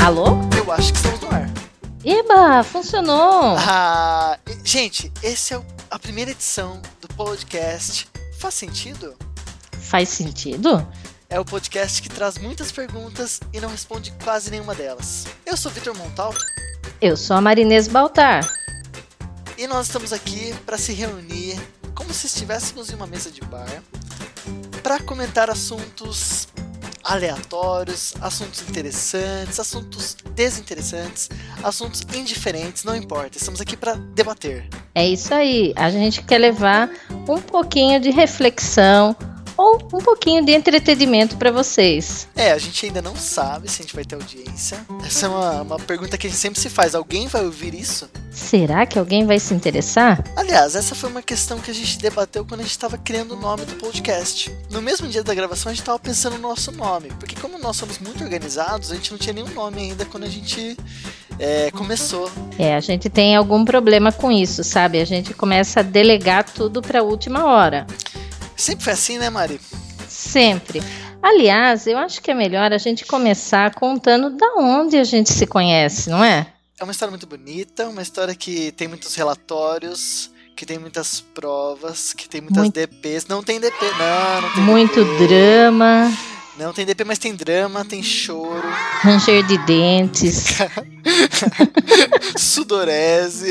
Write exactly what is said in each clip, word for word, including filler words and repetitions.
Alô? Eu acho que estamos no ar. Eba, funcionou! Ah, gente, esse é a primeira edição do podcast. Faz sentido? Faz sentido? É o podcast que traz muitas perguntas e não responde quase nenhuma delas. Eu sou Vitor Montal. Eu sou a Marinês Baltar. E nós estamos aqui para se reunir como se estivéssemos em uma mesa de bar para comentar assuntos aleatórios, assuntos interessantes, assuntos desinteressantes, assuntos indiferentes, não importa. Estamos aqui para debater. É isso aí. A gente quer levar um pouquinho de reflexão ou um pouquinho de entretenimento para vocês. É, a gente ainda não sabe se a gente vai ter audiência. Essa é uma, uma pergunta que a gente sempre se faz. Alguém vai ouvir isso? Será que alguém vai se interessar? Aliás, essa foi uma questão que a gente debateu quando a gente estava criando o nome do podcast. No mesmo dia da gravação, a gente estava pensando no nosso nome. Porque como nós somos muito organizados, a gente não tinha nenhum nome ainda quando a gente é, começou. É, a gente tem algum problema com isso, sabe? A gente começa a delegar tudo para a última hora. Sempre foi assim, né, Mari? Sempre. Aliás, eu acho que é melhor a gente começar contando da onde a gente se conhece, não é? É uma história muito bonita, uma história que tem muitos relatórios, que tem muitas provas, que tem muitas Muito... D Ps. Não tem D P, não, não tem Muito D P. drama. Não tem D P, mas tem drama, tem choro. Ranger de dentes. Sudorese.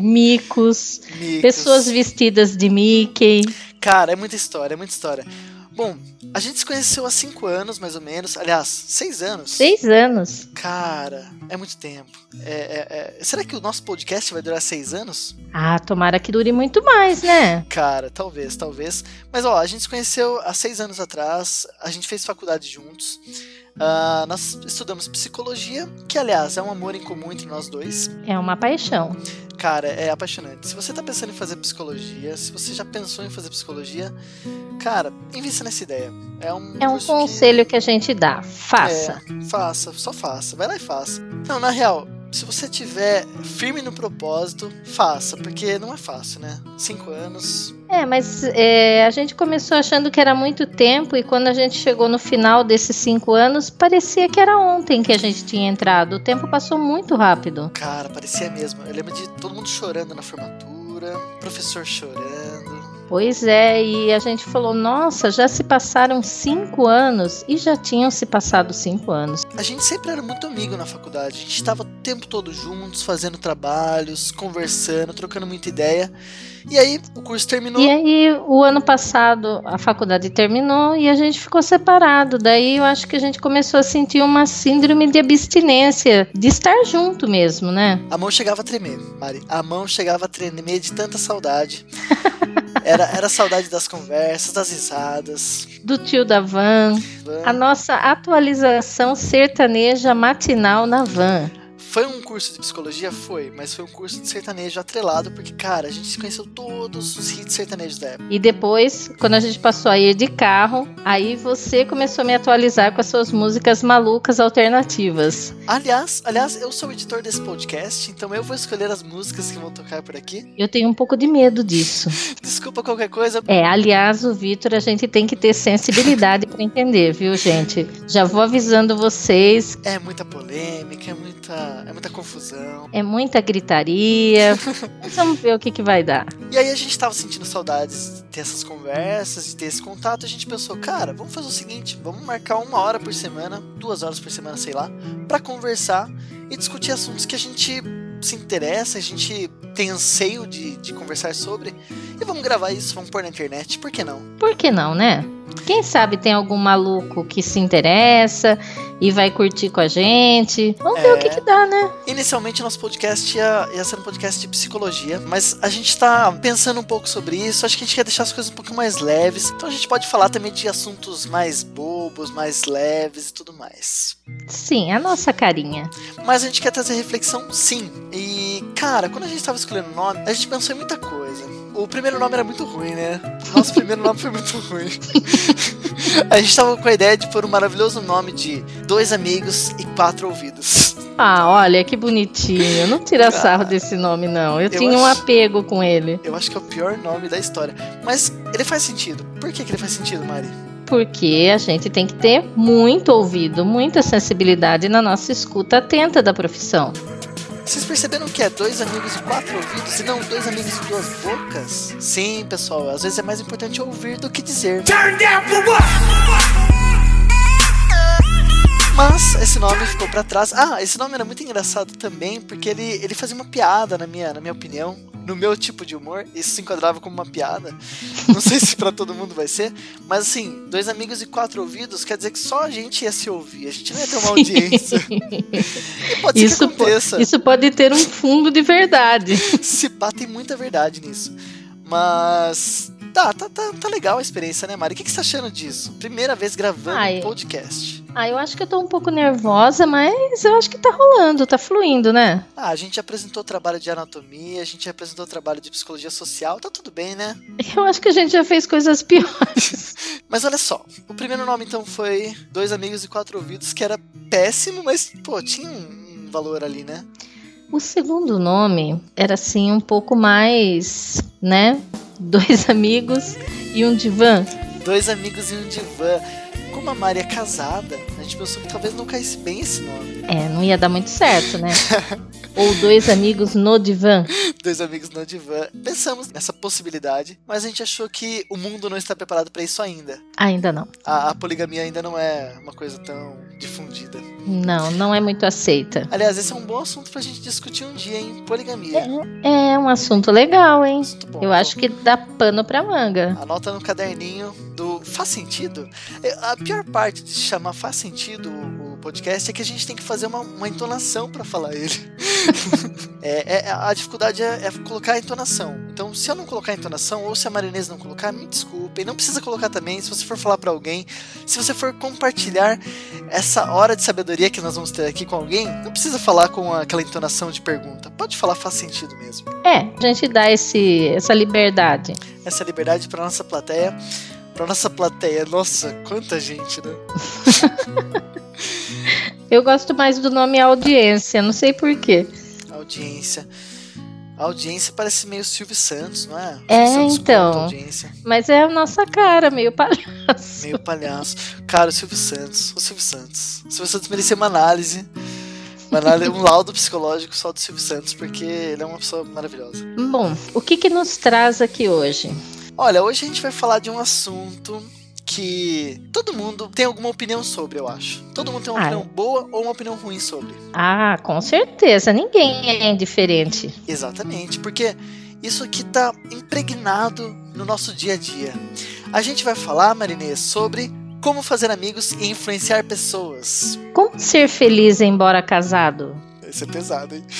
Micos. Micos. Pessoas vestidas de Mickey. Cara, é muita história, é muita história. Bom, a gente se conheceu há cinco anos, mais ou menos. Aliás, seis anos. Seis anos. Cara, é muito tempo. É, é, é... Será que o nosso podcast vai durar seis anos? Ah, tomara que dure muito mais, né? Cara, talvez, talvez. Mas ó, a gente se conheceu há seis anos atrás. A gente fez faculdade juntos. Uh, nós estudamos psicologia, que aliás é um amor em comum entre nós dois. É uma paixão. Cara, é apaixonante. Se você tá pensando em fazer psicologia, se você já pensou em fazer psicologia, cara, invista nessa ideia. É um, é um conselho que... que a gente dá. Faça. É, faça, só faça. Vai lá e faça. Não, na real, se você tiver firme no propósito, faça, porque não é fácil, né? Cinco anos... É, mas é, a gente começou achando que era muito tempo e quando a gente chegou no final desses cinco anos, parecia que era ontem que a gente tinha entrado. O tempo passou muito rápido. Cara, parecia mesmo. Eu lembro de todo mundo chorando na formatura, professor chorando. Pois é, e a gente falou, nossa, já se passaram cinco anos e já tinham se passado cinco anos. A gente sempre era muito amigo na faculdade, a gente estava o tempo todo juntos, fazendo trabalhos, conversando, trocando muita ideia. E aí o curso terminou. E aí o ano passado a faculdade terminou e a gente ficou separado. Daí eu acho que a gente começou a sentir uma síndrome de abstinência, de estar junto mesmo, né? A mão chegava a tremer, Mari. A mão chegava a tremer de tanta saudade. Era, era saudade das conversas, das risadas. Do tio da van. van. A nossa atualização sertaneja matinal na van. Foi um curso de psicologia? Foi, mas foi um curso de sertanejo atrelado, porque, cara, a gente se conheceu todos os hits sertanejos da época. E depois, quando a gente passou a ir de carro, aí você começou a me atualizar com as suas músicas malucas alternativas. Aliás, aliás, eu sou o editor desse podcast, então eu vou escolher as músicas que vão tocar por aqui. Eu tenho um pouco de medo disso. Desculpa qualquer coisa. É, aliás, o Vitor, a gente tem que ter sensibilidade para entender, viu, gente? Já vou avisando vocês. É muita polêmica, é muita... É muita confusão. É muita gritaria. Vamos ver o que, que vai dar. E aí a gente tava sentindo saudades de ter essas conversas, de ter esse contato. A gente pensou, cara, vamos fazer o seguinte, vamos marcar uma hora por semana, duas horas por semana, sei lá, pra conversar e discutir assuntos que a gente se interessa, a gente tem anseio de, de conversar sobre. E vamos gravar isso, vamos pôr na internet, por que não? Por que não, né? Quem sabe tem algum maluco que se interessa e vai curtir com a gente. Vamos é. ver o que que dá, né? Inicialmente nosso podcast ia, ia ser um podcast de psicologia, mas a gente tá pensando um pouco sobre isso. Acho que a gente quer deixar as coisas um pouco mais leves. Então a gente pode falar também de assuntos mais bobos, mais leves e tudo mais. Sim, a nossa carinha. Mas a gente quer trazer reflexão, sim. E, cara, quando a gente tava escolhendo o nome, a gente pensou em muita coisa. O primeiro nome era muito ruim, né? Nosso primeiro nome foi muito ruim. A gente tava com a ideia de pôr um maravilhoso nome de Dois Amigos e Quatro Ouvidos. Ah, olha, que bonitinho. Não tira ah, sarro desse nome, não. Eu, eu tinha acho, um apego com ele. Eu acho que é o pior nome da história. Mas ele faz sentido. Por que, que ele faz sentido, Mari? porque a gente tem que ter muito ouvido, muita sensibilidade na nossa escuta atenta da profissão. Vocês perceberam que é dois amigos e quatro ouvidos e não dois amigos e duas bocas? Sim, pessoal, às vezes é mais importante ouvir do que dizer. Turn down for what? Mas esse nome ficou pra trás. Ah, esse nome era muito engraçado também, porque ele, ele fazia uma piada, na minha, na minha opinião, no meu tipo de humor. Isso se enquadrava como uma piada. Não sei se pra todo mundo vai ser, mas assim, dois amigos e quatro ouvidos quer dizer que só a gente ia se ouvir, a gente não ia ter uma audiência. E pode isso ser que aconteça. Po- isso pode ter um fundo de verdade. Se pá, tem muita verdade nisso. Mas tá, tá, tá, tá legal a experiência, né, Mari? O que, que você tá achando disso? Primeira vez gravando Ai. um podcast. Ah, eu acho que eu tô um pouco nervosa, mas eu acho que tá rolando, tá fluindo, né? Ah, a gente apresentou o trabalho de anatomia, a gente apresentou o trabalho de psicologia social, tá tudo bem, né? Eu acho que a gente já fez coisas piores. Mas olha só, o primeiro nome então foi Dois Amigos e Quatro Ouvidos, que era péssimo, mas, pô, tinha um, um valor ali, né? O segundo nome era assim um pouco mais, né? Dois amigos e um divã. Dois Amigos e um Divã. Como a Mari é casada, a gente pensou que talvez não caísse bem esse nome. É, não ia dar muito certo, né? Ou Dois Amigos no Divã. Dois Amigos no Divã. Pensamos nessa possibilidade, mas a gente achou que o mundo não está preparado para isso ainda. Ainda não. A, a poligamia ainda não é uma coisa tão difundida. Não, não é muito aceita. Aliás, esse é um bom assunto pra gente discutir um dia, hein? Poligamia. É, é um assunto legal, hein? Assunto bom. Eu acho que dá pano pra manga. Anota no caderninho do Faz Sentido. A pior parte de se chamar Faz Sentido o podcast é que a gente tem que fazer uma, uma entonação pra falar ele. é, é, a dificuldade é, é colocar a entonação. Então, se eu não colocar a entonação, ou se a Marinês não colocar, me desculpem. Não precisa colocar também, se você for falar pra alguém, se você for compartilhar essa hora de sabedoria que nós vamos ter aqui com alguém, não precisa falar com aquela entonação de pergunta. Pode falar Faz Sentido mesmo. É, a gente dá esse, essa liberdade. Essa liberdade pra nossa plateia. Pra nossa plateia. Nossa, quanta gente, né? Eu gosto mais do nome audiência, não sei porquê. Audiência. A audiência parece meio Silvio Santos, não é? É, Santos então. Audiência. Mas é a nossa cara, meio palhaço. Meio palhaço. Cara, o Silvio Santos. O Silvio Santos. O Silvio Santos merecia uma análise. Uma análise, um laudo psicológico só do Silvio Santos, porque ele é uma pessoa maravilhosa. Bom, o que que nos traz aqui hoje? Olha, hoje a gente vai falar de um assunto que todo mundo tem alguma opinião sobre, eu acho. Todo mundo tem uma Ah, opinião boa ou uma opinião ruim sobre. Ah, com certeza, ninguém é indiferente. Exatamente, porque isso aqui tá impregnado no nosso dia a dia. A gente vai falar, Marinês, sobre como fazer amigos e influenciar pessoas. Como ser feliz embora casado? Esse é pesado, hein?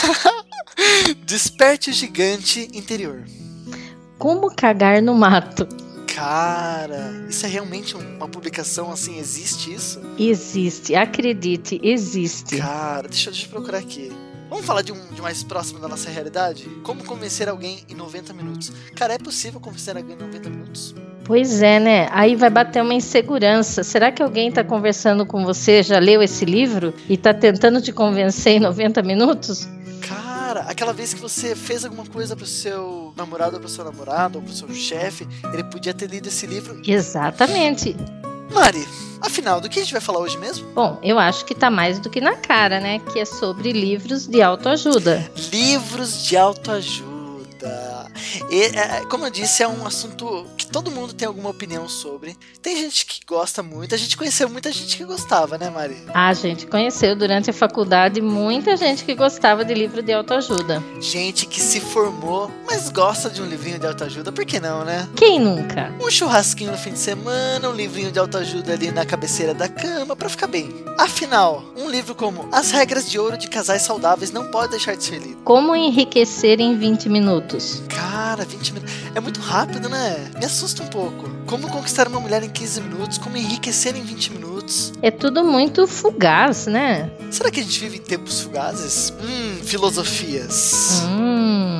Desperte o gigante interior. Como cagar no mato? Cara, isso é realmente uma publicação assim? Existe isso? Existe, acredite, existe. Cara, deixa eu, deixa eu procurar aqui. Vamos falar de um de mais próximo da nossa realidade? Como convencer alguém em noventa minutos? Cara, é possível convencer alguém em noventa minutos? Pois é, né? Aí vai bater uma insegurança. Será que alguém tá conversando com você, já leu esse livro e tá tentando te convencer em noventa minutos? Cara, aquela vez que você fez alguma coisa pro seu namorado ou pro seu namorado ou pro seu chefe, ele podia ter lido esse livro. Exatamente. Mari, afinal, do que a gente vai falar hoje mesmo? Bom, eu acho que tá mais do que na cara, né? Que é sobre livros de autoajuda. Livros de autoajuda. E, é, como eu disse, é um assunto que todo mundo tem alguma opinião sobre. Tem gente que gosta muito. A gente conheceu muita gente que gostava, né, Mari? A gente conheceu durante a faculdade muita gente que gostava de livro de autoajuda. Gente que se formou, mas gosta de um livrinho de autoajuda. Por que não, né? Quem nunca? Um churrasquinho no fim de semana, um livrinho de autoajuda ali na cabeceira da cama pra ficar bem. Afinal, um livro como As Regras de Ouro de Casais Saudáveis não pode deixar de ser lido. Como enriquecer em vinte minutos? Cara, vinte minutos. É muito rápido, né? Me assusta um pouco. Como conquistar uma mulher em quinze minutos? Como enriquecer em vinte minutos? É tudo muito fugaz, né? Será que a gente vive em tempos fugazes? Hum, filosofias. Hum.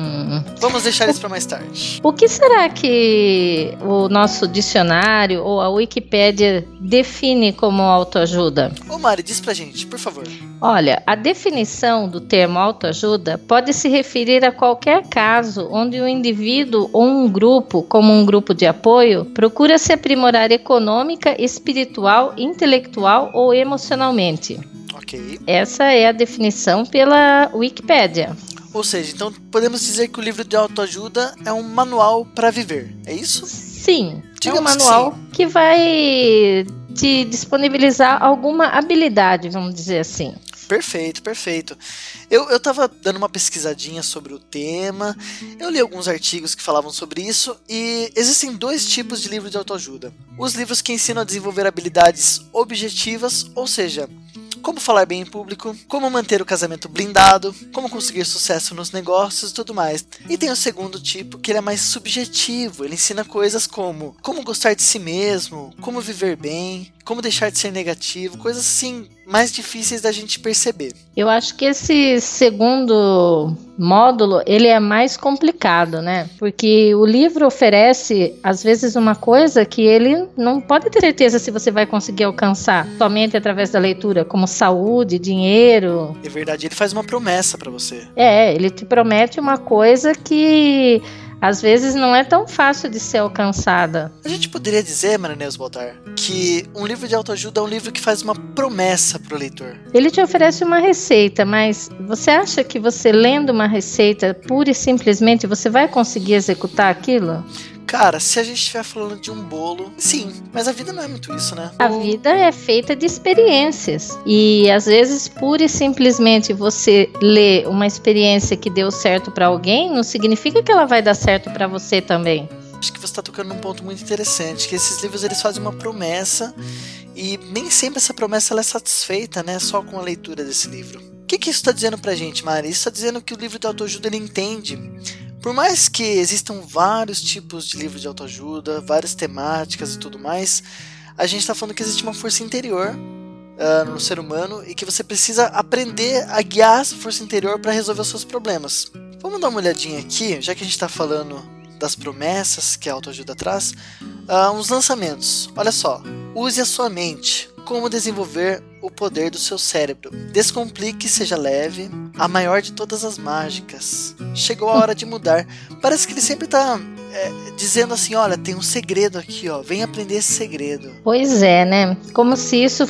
Vamos deixar isso para mais tarde. O que será que o nosso dicionário ou a Wikipédia define como autoajuda? Ô Mari, diz pra gente, por favor. Olha, a definição do termo autoajuda pode se referir a qualquer caso onde o indivíduo ou um grupo, como um grupo de apoio, procura se aprimorar econômica, espiritual, intelectual ou emocionalmente. Ok. Essa é a definição pela Wikipédia. Ou seja, então podemos dizer que o livro de autoajuda é um manual para viver, é isso? Sim, Digamos é um manual que, que vai te disponibilizar alguma habilidade, vamos dizer assim. Perfeito, perfeito. Eu, eu tava dando uma pesquisadinha sobre o tema, eu li alguns artigos que falavam sobre isso, e existem dois tipos de livro de autoajuda. Os livros que ensinam a desenvolver habilidades objetivas, ou seja, como falar bem em público, como manter o casamento blindado, como conseguir sucesso nos negócios e tudo mais. E tem o segundo tipo, que ele é mais subjetivo, ele ensina coisas como como gostar de si mesmo, como viver bem, como deixar de ser negativo, coisas assim mais difíceis da gente perceber. Eu acho que esse segundo módulo, ele é mais complicado, né? Porque o livro oferece, às vezes, uma coisa que ele não pode ter certeza se você vai conseguir alcançar somente através da leitura, como saúde, dinheiro. É verdade, ele faz uma promessa pra você. É, ele te promete uma coisa que às vezes não é tão fácil de ser alcançada. A gente poderia dizer, Maranhãos Baltar, que um livro de autoajuda é um livro que faz uma promessa pro leitor. Ele te oferece uma receita, mas você acha que você lendo uma receita, pura e simplesmente, você vai conseguir executar aquilo? Cara, se a gente estiver falando de um bolo, sim, mas a vida não é muito isso, né? A vida é feita de experiências. E às vezes, pura e simplesmente, você lê uma experiência que deu certo para alguém, não significa que ela vai dar certo para você também. Acho que você está tocando num ponto muito interessante, que esses livros eles fazem uma promessa e nem sempre essa promessa ela é satisfeita, né, só com a leitura desse livro. O que, que isso está dizendo pra gente, Mari? Isso está dizendo que o livro de autoajuda ele entende. Por mais que existam vários tipos de livro de autoajuda, várias temáticas e tudo mais, a gente está falando que existe uma força interior uh, no ser humano e que você precisa aprender a guiar essa força interior para resolver os seus problemas. Vamos dar uma olhadinha aqui, já que a gente está falando das promessas que a autoajuda traz, uh, uns lançamentos. Olha só, use a sua mente. Como desenvolver o poder do seu cérebro. Descomplique e seja leve. A maior de todas as mágicas. Chegou a hora de mudar. Parece que ele sempre está é, dizendo assim, olha, tem um segredo aqui, ó. Vem aprender esse segredo. Pois é, né? Como se isso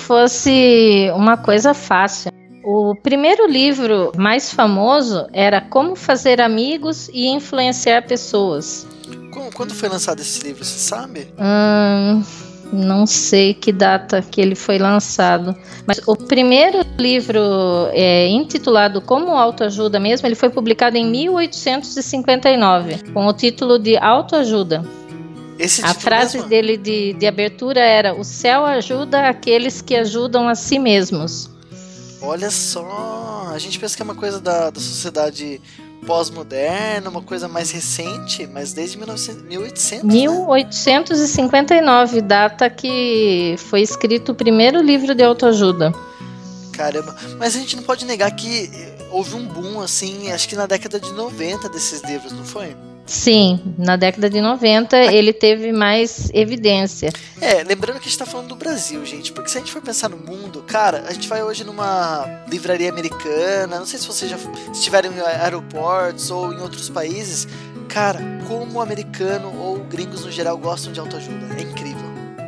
fosse uma coisa fácil. O primeiro livro mais famoso era Como Fazer Amigos e Influenciar Pessoas. Quando foi lançado esse livro, você sabe? Hum... Não sei que data que ele foi lançado, mas o primeiro livro é, intitulado como autoajuda mesmo, ele foi publicado em mil oitocentos e cinquenta e nove, com o título de Autoajuda. Esse a frase mesmo? dele de, de abertura era: o céu ajuda aqueles que ajudam a si mesmos. Olha só, a gente pensa que é uma coisa da, da sociedade pós-moderna, uma coisa mais recente, mas desde mil e oitocentos, mil oitocentos e cinquenta e nove, né? Data que foi escrito o primeiro livro de autoajuda. Caramba, mas a gente não pode negar que houve um boom, assim, acho que na década de noventa desses livros, não foi? Sim, na década de noventa ele teve mais evidência. É, lembrando que a gente tá falando do Brasil, gente, porque se a gente for pensar no mundo, cara, a gente vai hoje numa livraria americana, não sei se vocês já estiveram em aeroportos ou em outros países, cara, como o americano ou gringos no geral gostam de autoajuda, é incrível.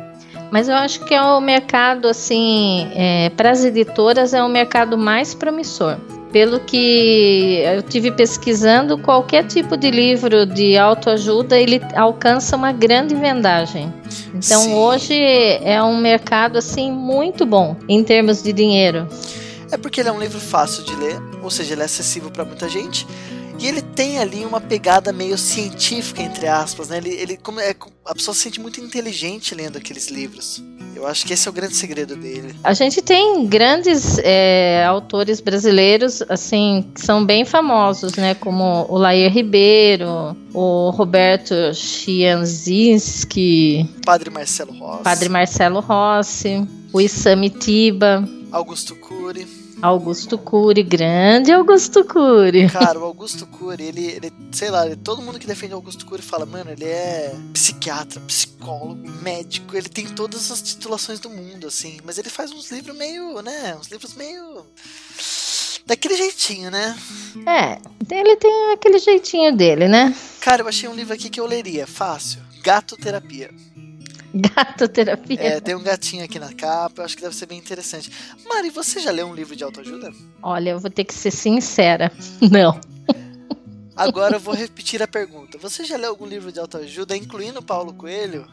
Mas eu acho que é o mercado, assim, é, para as editoras é o mercado mais promissor. Pelo que eu tive pesquisando, qualquer tipo de livro de autoajuda, ele alcança uma grande vendagem. Então, sim, hoje é um mercado assim muito bom em termos de dinheiro. É porque ele é um livro fácil de ler, ou seja, ele é acessível para muita gente. E ele tem ali uma pegada meio científica, entre aspas, né? Ele, ele, como é, a pessoa se sente muito inteligente lendo aqueles livros. Eu acho que esse é o grande segredo dele. A gente tem grandes é, autores brasileiros, assim, que são bem famosos, né? Como o Lair Ribeiro, o Roberto Chianzinski, Padre Marcelo Rossi, Padre Marcelo Rossi, o Isami Tiba, Augusto Cury. Augusto Cury, grande Augusto Cury. Cara, o Augusto Cury, ele, ele sei lá, ele, todo mundo que defende o Augusto Cury fala, mano, ele é psiquiatra, psicólogo, médico, ele tem todas as titulações do mundo, assim, mas ele faz uns livros meio, né, uns livros meio... daquele jeitinho, né? É, ele tem aquele jeitinho dele, né? Cara, eu achei um livro aqui que eu leria, fácil, Gato Terapia. Gato Terapia? É, tem um gatinho aqui na capa, eu acho que deve ser bem interessante. Mari, você já leu um livro de autoajuda? Olha, eu vou ter que ser sincera, não. Agora eu vou repetir a pergunta. Você já leu algum livro de autoajuda, incluindo Paulo Coelho?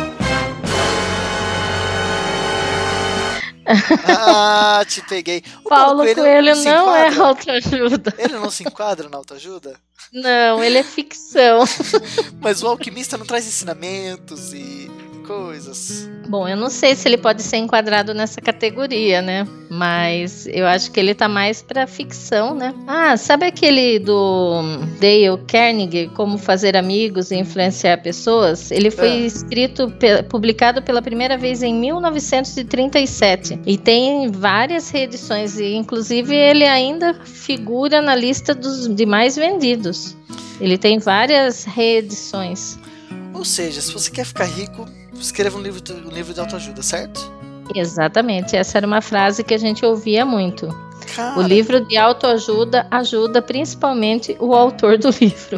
Ah, te peguei. O Paulo, Paulo Coelho, Coelho não enquadra? É autoajuda. Ele não se enquadra na autoajuda? Não, ele é ficção. Mas o Alquimista não traz ensinamentos e coisas. Bom, eu não sei se ele pode ser enquadrado nessa categoria, né? Mas eu acho que ele tá mais pra ficção, né? Ah, sabe aquele do Dale Carnegie, Como Fazer Amigos e Influenciar Pessoas? Ele foi é. escrito, publicado pela primeira vez em mil novecentos e trinta e sete. E tem várias reedições, e inclusive ele ainda figura na lista dos de mais vendidos. Ele tem várias reedições. Ou seja, se você quer ficar rico, escreva um livro, um livro de autoajuda, certo? Exatamente, essa era uma frase que a gente ouvia muito. Cara... O livro de autoajuda ajuda principalmente o autor do livro.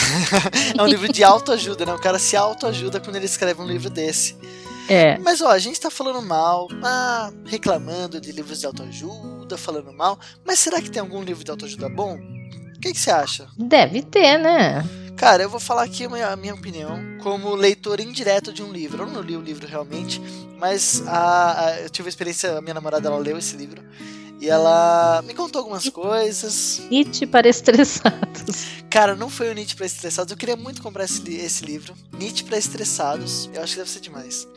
É um livro de autoajuda, né? O cara se autoajuda quando ele escreve um livro desse. É. Mas ó, a gente tá falando mal, ah, reclamando de livros de autoajuda, falando mal, mas será que tem algum livro de autoajuda bom? O que, que você acha? Deve ter, né? Cara, eu vou falar aqui a minha, a minha opinião como leitor indireto de um livro. Eu não li o livro realmente, mas a, a, eu tive a experiência, a minha namorada, ela leu esse livro e ela me contou algumas coisas. Nietzsche para estressados. Cara, não foi o Nietzsche para estressados, eu queria muito comprar esse, esse livro. Nietzsche para estressados, eu acho que deve ser demais.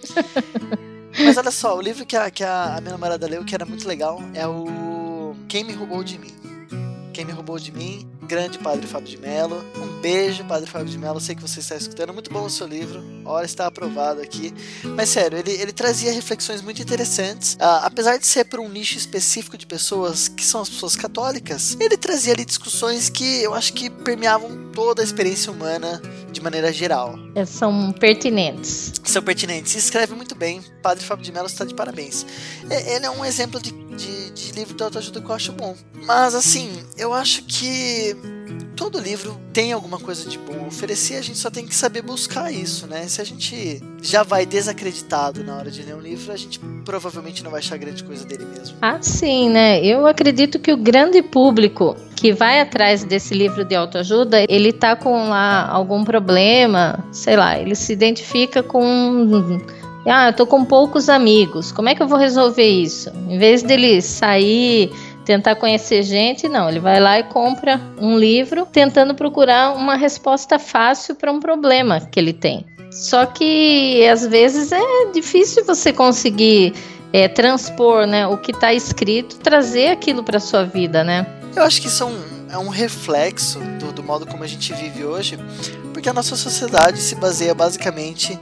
Mas olha só, o livro que, a, que a, a minha namorada leu, que era muito legal, é o Quem Me Roubou de Mim. Quem Me Roubou de Mim, grande Padre Fábio de Mello. Um beijo, Padre Fábio de Mello, sei que você está escutando, muito bom o seu livro, olha, está aprovado aqui. Mas sério, ele, ele trazia reflexões muito interessantes, uh, apesar de ser para um nicho específico de pessoas, que são as pessoas católicas, ele trazia ali discussões que eu acho que permeavam toda a experiência humana de maneira geral. São pertinentes. São pertinentes, se escreve muito bem, Padre Fábio de Mello está de parabéns. Ele é um exemplo de, de, de livro de autoajuda que eu acho bom, mas assim, eu acho que todo livro tem alguma coisa de bom a oferecer, a gente só tem que saber buscar isso, né? Se a gente já vai desacreditado na hora de ler um livro, a gente provavelmente não vai achar grande coisa dele mesmo. Ah, sim, né? Eu acredito que o grande público que vai atrás desse livro de autoajuda, ele tá com lá algum problema, sei lá, ele se identifica com... Ah, eu tô com poucos amigos, como é que eu vou resolver isso? Em vez dele sair... tentar conhecer gente, não, ele vai lá e compra um livro tentando procurar uma resposta fácil para um problema que ele tem. Só que às vezes é difícil você conseguir é, transpor, né, o que está escrito, trazer aquilo para sua vida, né? Eu acho que isso é um, é um reflexo do, do modo como a gente vive hoje, porque a nossa sociedade se baseia basicamente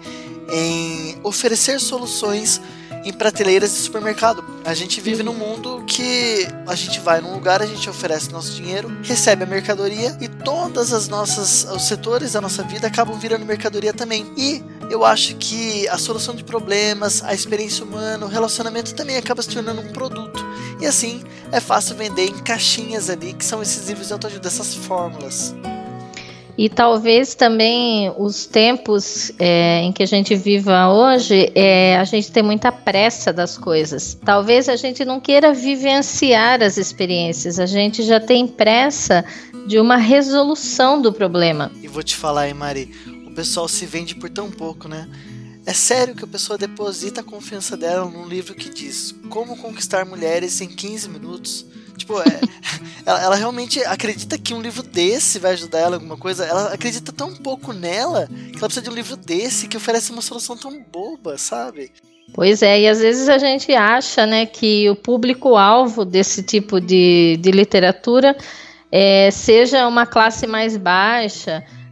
em oferecer soluções em prateleiras de supermercado. A gente vive num mundo que a gente vai num lugar, a gente oferece nosso dinheiro, recebe a mercadoria e todas as nossas, os setores da nossa vida acabam virando mercadoria também. E eu acho que a solução de problemas, a experiência humana, o relacionamento também acaba se tornando um produto. E assim, é fácil vender em caixinhas ali, que são esses livros de autoajuda, essas fórmulas. E talvez também os tempos é, em que a gente viva hoje, é, a gente tem muita pressa das coisas. Talvez a gente não queira vivenciar as experiências, a gente já tem pressa de uma resolução do problema. E vou te falar, hein, Mari, o pessoal se vende por tão pouco, né? É sério que a pessoa deposita a confiança dela num livro que diz Como Conquistar Mulheres em quinze minutos? Tipo, é, ela, ela realmente acredita que um livro desse vai ajudar ela em alguma coisa. Ela acredita tão pouco nela que ela precisa de um livro desse que oferece uma solução tão boba, sabe? Pois é, e às vezes a gente acha, né, que o público-alvo desse tipo de, de literatura é, seja uma classe mais baixa,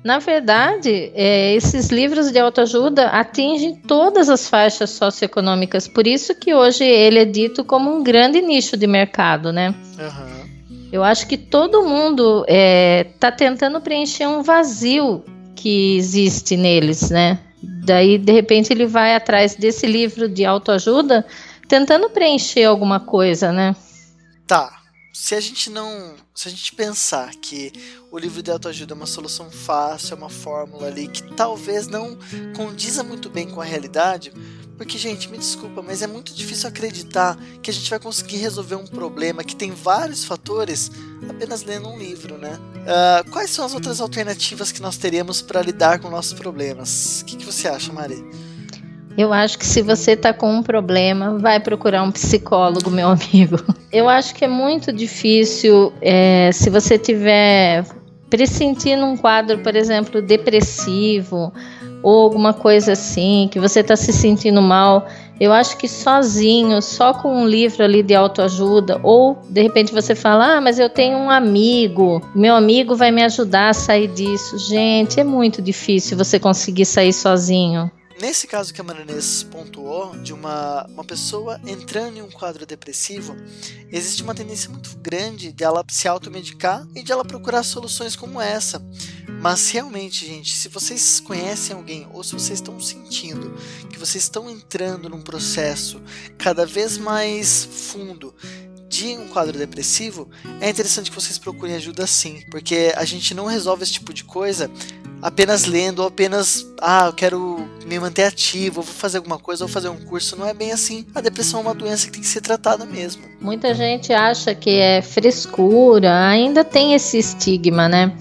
Na verdade, é, esses livros de autoajuda atingem todas as faixas socioeconômicas, por isso que hoje ele é dito como um grande nicho de mercado, né? Uhum. Eu acho que todo mundo está tentando preencher um vazio que existe neles, né? Daí, de repente, ele vai atrás desse livro de autoajuda tentando preencher alguma coisa, né? Tá. Se a gente não... Se a gente pensar que o livro de autoajuda é uma solução fácil, é uma fórmula ali que talvez não condiza muito bem com a realidade... Porque, gente, me desculpa, mas é muito difícil acreditar que a gente vai conseguir resolver um problema que tem vários fatores apenas lendo um livro, né? Uh, quais são as outras alternativas que nós teríamos para lidar com nossos problemas? O que, que você acha, Mari? Eu acho que se você está com um problema, vai procurar um psicólogo, meu amigo. Eu acho que é muito difícil, é, se você tiver pressentindo um quadro, por exemplo, depressivo, ou alguma coisa assim, que você está se sentindo mal, eu acho que sozinho, só com um livro ali de autoajuda, ou de repente você fala, ah, mas eu tenho um amigo, meu amigo vai me ajudar a sair disso. Gente, é muito difícil você conseguir sair sozinho. Nesse caso que a Maranês pontuou, de uma, uma pessoa entrando em um quadro depressivo, existe uma tendência muito grande de ela se automedicar e de ela procurar soluções como essa. Mas realmente, gente, se vocês conhecem alguém ou se vocês estão sentindo que vocês estão entrando num processo cada vez mais fundo de um quadro depressivo, é interessante que vocês procurem ajuda sim, porque a gente não resolve esse tipo de coisa apenas lendo ou apenas, ah, eu quero me manter ativo, eu vou fazer alguma coisa, eu vou fazer um curso. Não é bem assim. A depressão é uma doença que tem que ser tratada mesmo. Muita gente acha que é frescura, ainda tem esse estigma, né?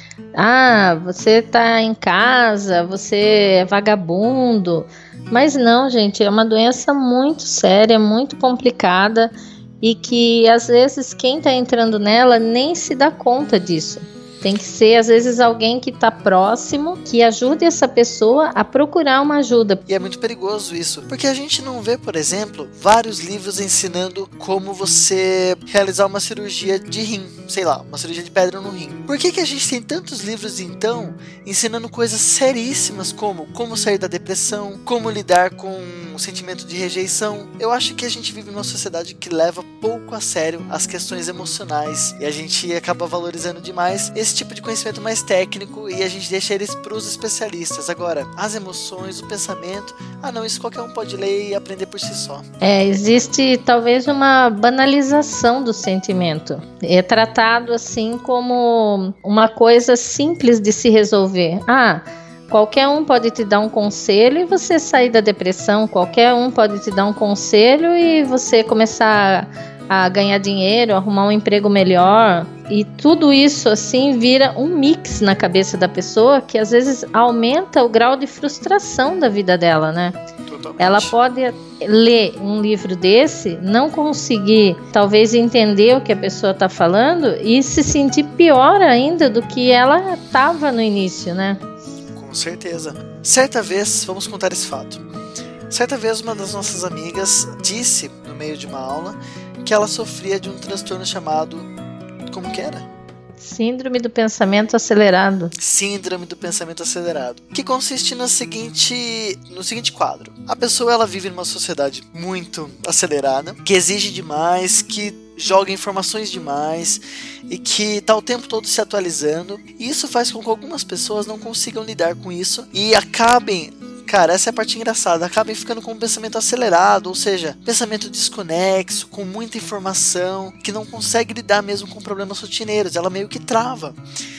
Ah, você tá em casa, você é vagabundo. Mas não, gente, é uma doença muito séria, muito complicada e que às vezes quem tá entrando nela nem se dá conta disso. Tem que ser, às vezes, alguém que está próximo, que ajude essa pessoa a procurar uma ajuda. E é muito perigoso isso, porque a gente não vê, por exemplo, vários livros ensinando como você realizar uma cirurgia de rim, sei lá, uma cirurgia de pedra no rim. Por que que a gente tem tantos livros, então, ensinando coisas seríssimas como como sair da depressão, como lidar com o sentimento de rejeição? Eu acho que a gente vive numa sociedade que leva pouco a sério as questões emocionais e a gente acaba valorizando demais esse tipo de conhecimento mais técnico e a gente deixa eles para os especialistas. Agora, as emoções, o pensamento, ah não, isso qualquer um pode ler e aprender por si só. É, existe talvez uma banalização do sentimento. É tratado assim como uma coisa simples de se resolver. Ah, qualquer um pode te dar um conselho e você sair da depressão, qualquer um pode te dar um conselho e você começar a ganhar dinheiro, arrumar um emprego melhor, e tudo isso assim vira um mix na cabeça da pessoa que às vezes aumenta o grau de frustração da vida dela, né? Totalmente. Ela pode ler um livro desse, não conseguir talvez entender o que a pessoa está falando e se sentir pior ainda do que ela estava no início, né? Com certeza. Certa vez, vamos contar esse fato. Certa vez uma das nossas amigas disse, no meio de uma aula, que ela sofria de um transtorno chamado... Como que era? Síndrome do pensamento acelerado. Síndrome do pensamento acelerado. Que consiste no seguinte, no seguinte quadro. A pessoa ela vive numa sociedade muito acelerada, que exige demais, que joga informações demais e que está o tempo todo se atualizando. E isso faz com que algumas pessoas não consigam lidar com isso e acabem... Cara, essa é a parte engraçada. Acabem ficando com um pensamento acelerado, ou seja, pensamento desconexo, com muita informação, que não consegue lidar mesmo com problemas rotineiros. Ela meio que trava.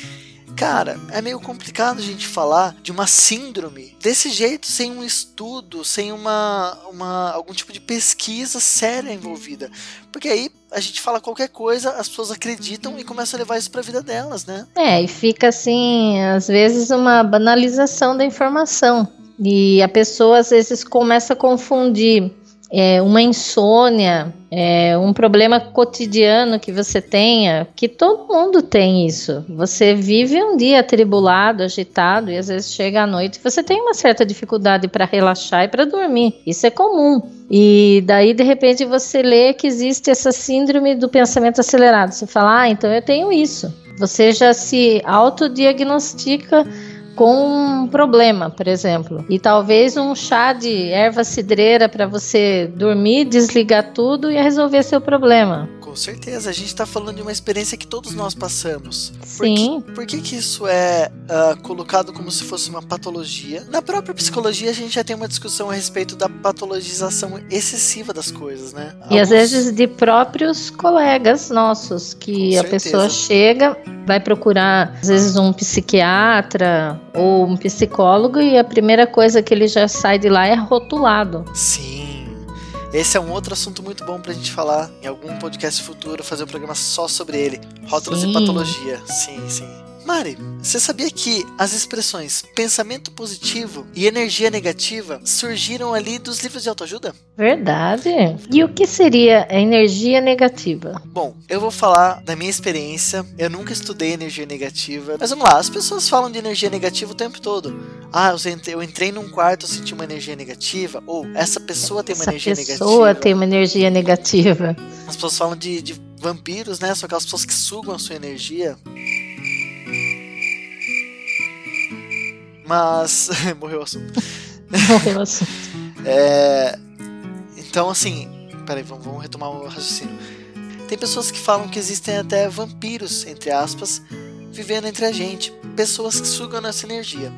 Cara, é meio complicado a gente falar de uma síndrome desse jeito, sem um estudo, sem uma, uma, algum tipo de pesquisa séria envolvida. Porque aí a gente fala qualquer coisa, as pessoas acreditam e começam a levar isso para a vida delas, né? É, e fica assim, às vezes, uma banalização da informação. E a pessoa às vezes começa a confundir é, uma insônia, é, um problema cotidiano que você tenha, que todo mundo tem isso. Você vive um dia atribulado, agitado, e às vezes chega à noite e você tem uma certa dificuldade para relaxar e para dormir. Isso é comum. E daí de repente você lê que existe essa síndrome do pensamento acelerado. Você fala, ah, então eu tenho isso. Você já se autodiagnostica com um problema, por exemplo. E talvez um chá de erva cidreira para você dormir, desligar tudo e resolver seu problema. Com certeza, a gente está falando de uma experiência que todos nós passamos. Sim. Por que, por que, que isso é uh, colocado como se fosse uma patologia? Na própria psicologia, a gente já tem uma discussão a respeito da patologização excessiva das coisas, né? E Alguns... às vezes de próprios colegas nossos, que Com a certeza. pessoa chega, vai procurar às vezes um psiquiatra ou um psicólogo e a primeira coisa que ele já sai de lá é rotulado. Sim. Esse é um outro assunto muito bom pra gente falar em algum podcast futuro, fazer um programa só sobre ele. Rótulos Sim. e patologia. Sim, sim. Mari, você sabia que as expressões pensamento positivo e energia negativa surgiram ali dos livros de autoajuda? Verdade. E o que seria a energia negativa? Bom, eu vou falar da minha experiência. Eu nunca estudei energia negativa. Mas vamos lá, as pessoas falam de energia negativa o tempo todo. Ah, eu entrei num quarto e senti uma energia negativa. Ou essa pessoa tem uma Essa energia negativa. Essa pessoa tem uma energia negativa. As pessoas falam de, de vampiros, né? São aquelas pessoas que sugam a sua energia. Mas... morreu o assunto. Morreu o assunto. É... Então, assim... Peraí, vamos, vamos retomar o raciocínio. Tem pessoas que falam que existem até vampiros, entre aspas, vivendo entre a gente. Pessoas que sugam nossa energia.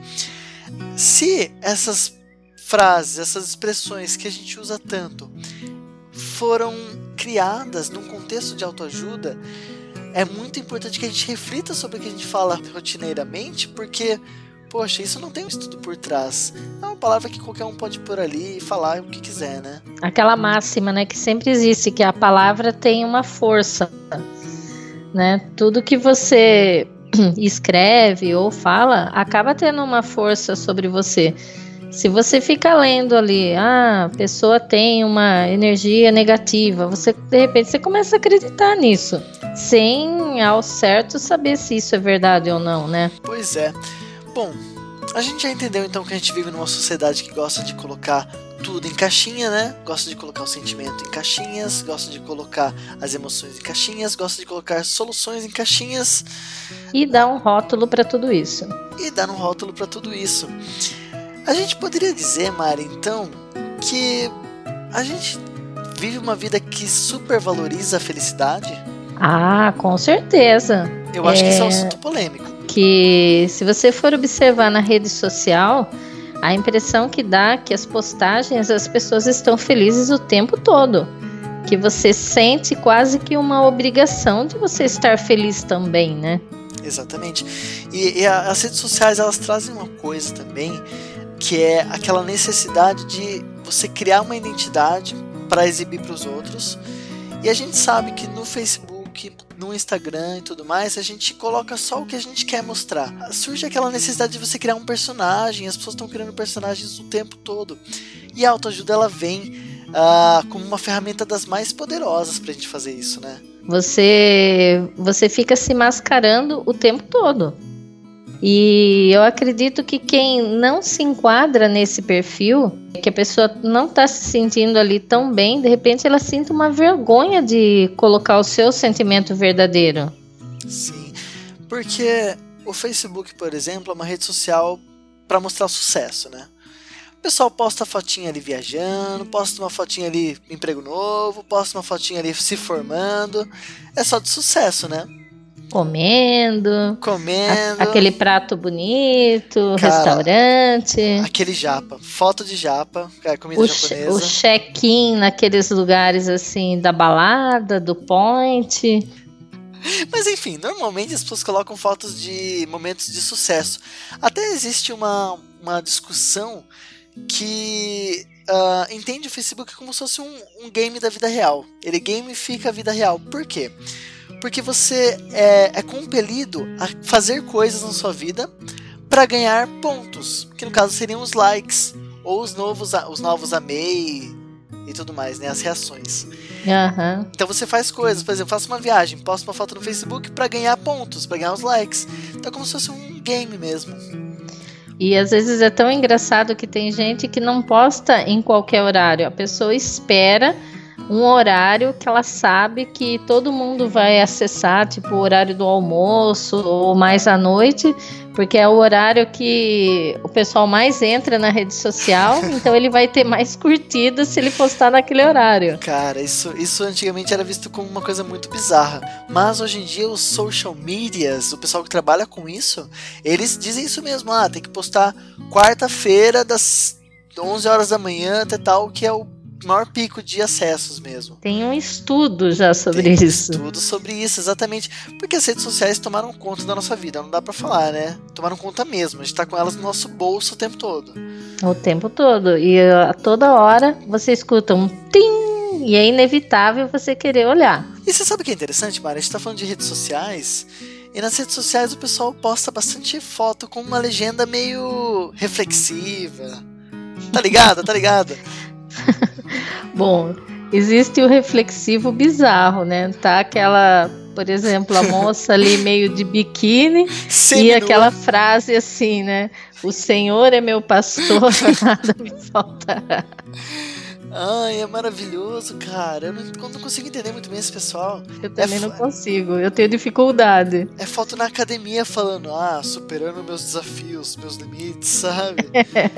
Se essas frases, essas expressões que a gente usa tanto foram criadas num contexto de autoajuda, é muito importante que a gente reflita sobre o que a gente fala rotineiramente, porque... poxa, isso não tem um estudo por trás. É uma palavra que qualquer um pode pôr ali e falar o que quiser, né? Aquela máxima, né, que sempre existe, que a palavra tem uma força, né? Tudo que você escreve ou fala acaba tendo uma força sobre você. Se você fica lendo ali, ah, a pessoa tem uma energia negativa, você de repente você começa a acreditar nisso, sem ao certo saber se isso é verdade ou não, né? Pois é. Bom, a gente já entendeu então que a gente vive numa sociedade que gosta de colocar tudo em caixinha, né? Gosta de colocar o sentimento em caixinhas, gosta de colocar as emoções em caixinhas, gosta de colocar soluções em caixinhas. E dá um rótulo para tudo isso. E dá um rótulo para tudo isso. A gente poderia dizer, Mari, então, que a gente vive uma vida que supervaloriza a felicidade? Ah, com certeza. Eu acho é... que isso é um assunto polêmico. Que se você for observar na rede social, a impressão que dá é que as postagens, as pessoas estão felizes o tempo todo. Que você sente quase que uma obrigação de você estar feliz também, né? Exatamente. E, e a, as redes sociais, elas trazem uma coisa também, que é aquela necessidade de você criar uma identidade para exibir para os outros. E a gente sabe que no Facebook, no Instagram e tudo mais, a gente coloca só o que a gente quer mostrar. Surge aquela necessidade de você criar um personagem, as pessoas estão criando personagens o tempo todo. E a autoajuda, ela vem uh, como uma ferramenta das mais poderosas pra gente fazer isso, né? Você, você fica se mascarando o tempo todo. E eu acredito que quem não se enquadra nesse perfil, que a pessoa não está se sentindo ali tão bem, de repente ela sinta uma vergonha de colocar o seu sentimento verdadeiro. Sim, porque o Facebook, por exemplo, é uma rede social para mostrar o sucesso, né? O pessoal posta fotinha ali viajando, posta uma fotinha ali emprego novo, posta uma fotinha ali se formando. É só de sucesso, né? Comendo, Comendo. A, aquele prato bonito, Cara, restaurante. Aquele japa, foto de japa, cara, comida o japonesa. O check-in naqueles lugares assim, da balada, do point. Mas enfim, normalmente as pessoas colocam fotos de momentos de sucesso. Até existe uma, uma discussão que uh, entende o Facebook como se fosse um, um game da vida real. Ele gamifica a vida real. Por quê? Porque você é, é compelido a fazer coisas na sua vida para ganhar pontos, que no caso seriam os likes ou os novos, os novos amei e tudo mais, né? As reações. Uhum. Então você faz coisas, por exemplo, faço uma viagem, posto uma foto no Facebook para ganhar pontos, para ganhar os likes. Então é como se fosse um game mesmo. E às vezes é tão engraçado que tem gente que não posta em qualquer horário. A pessoa espera um horário que ela sabe que todo mundo vai acessar, tipo o horário do almoço ou mais à noite, porque é o horário que o pessoal mais entra na rede social, então ele vai ter mais curtidas se ele postar naquele horário. Cara, isso, isso antigamente era visto como uma coisa muito bizarra, mas hoje em dia os social medias, o pessoal que trabalha com isso, eles dizem isso mesmo, ah, tem que postar quarta-feira das onze horas da manhã até tal, que é o maior pico de acessos mesmo. Tem um estudo já sobre Tem um isso. estudo sobre isso, exatamente. Porque as redes sociais tomaram conta da nossa vida, não dá pra falar, né? Tomaram conta mesmo, a gente tá com elas no nosso bolso o tempo todo. O tempo todo. E a toda hora você escuta um tim, e é inevitável você querer olhar. E você sabe o que é interessante, Mari? A gente tá falando de redes sociais, e nas redes sociais o pessoal posta bastante foto com uma legenda meio reflexiva. Tá ligado? Tá ligado? Bom, existe o reflexivo bizarro, né? Tá aquela, por exemplo, a moça ali meio de biquíni e aquela frase assim, né? O Senhor é meu pastor e nada me faltará. Ai, é maravilhoso, cara. Eu não, eu não consigo entender muito bem esse pessoal. Eu também é não consigo, eu tenho dificuldade. É foto na academia falando, ah, superando meus desafios, meus limites, sabe?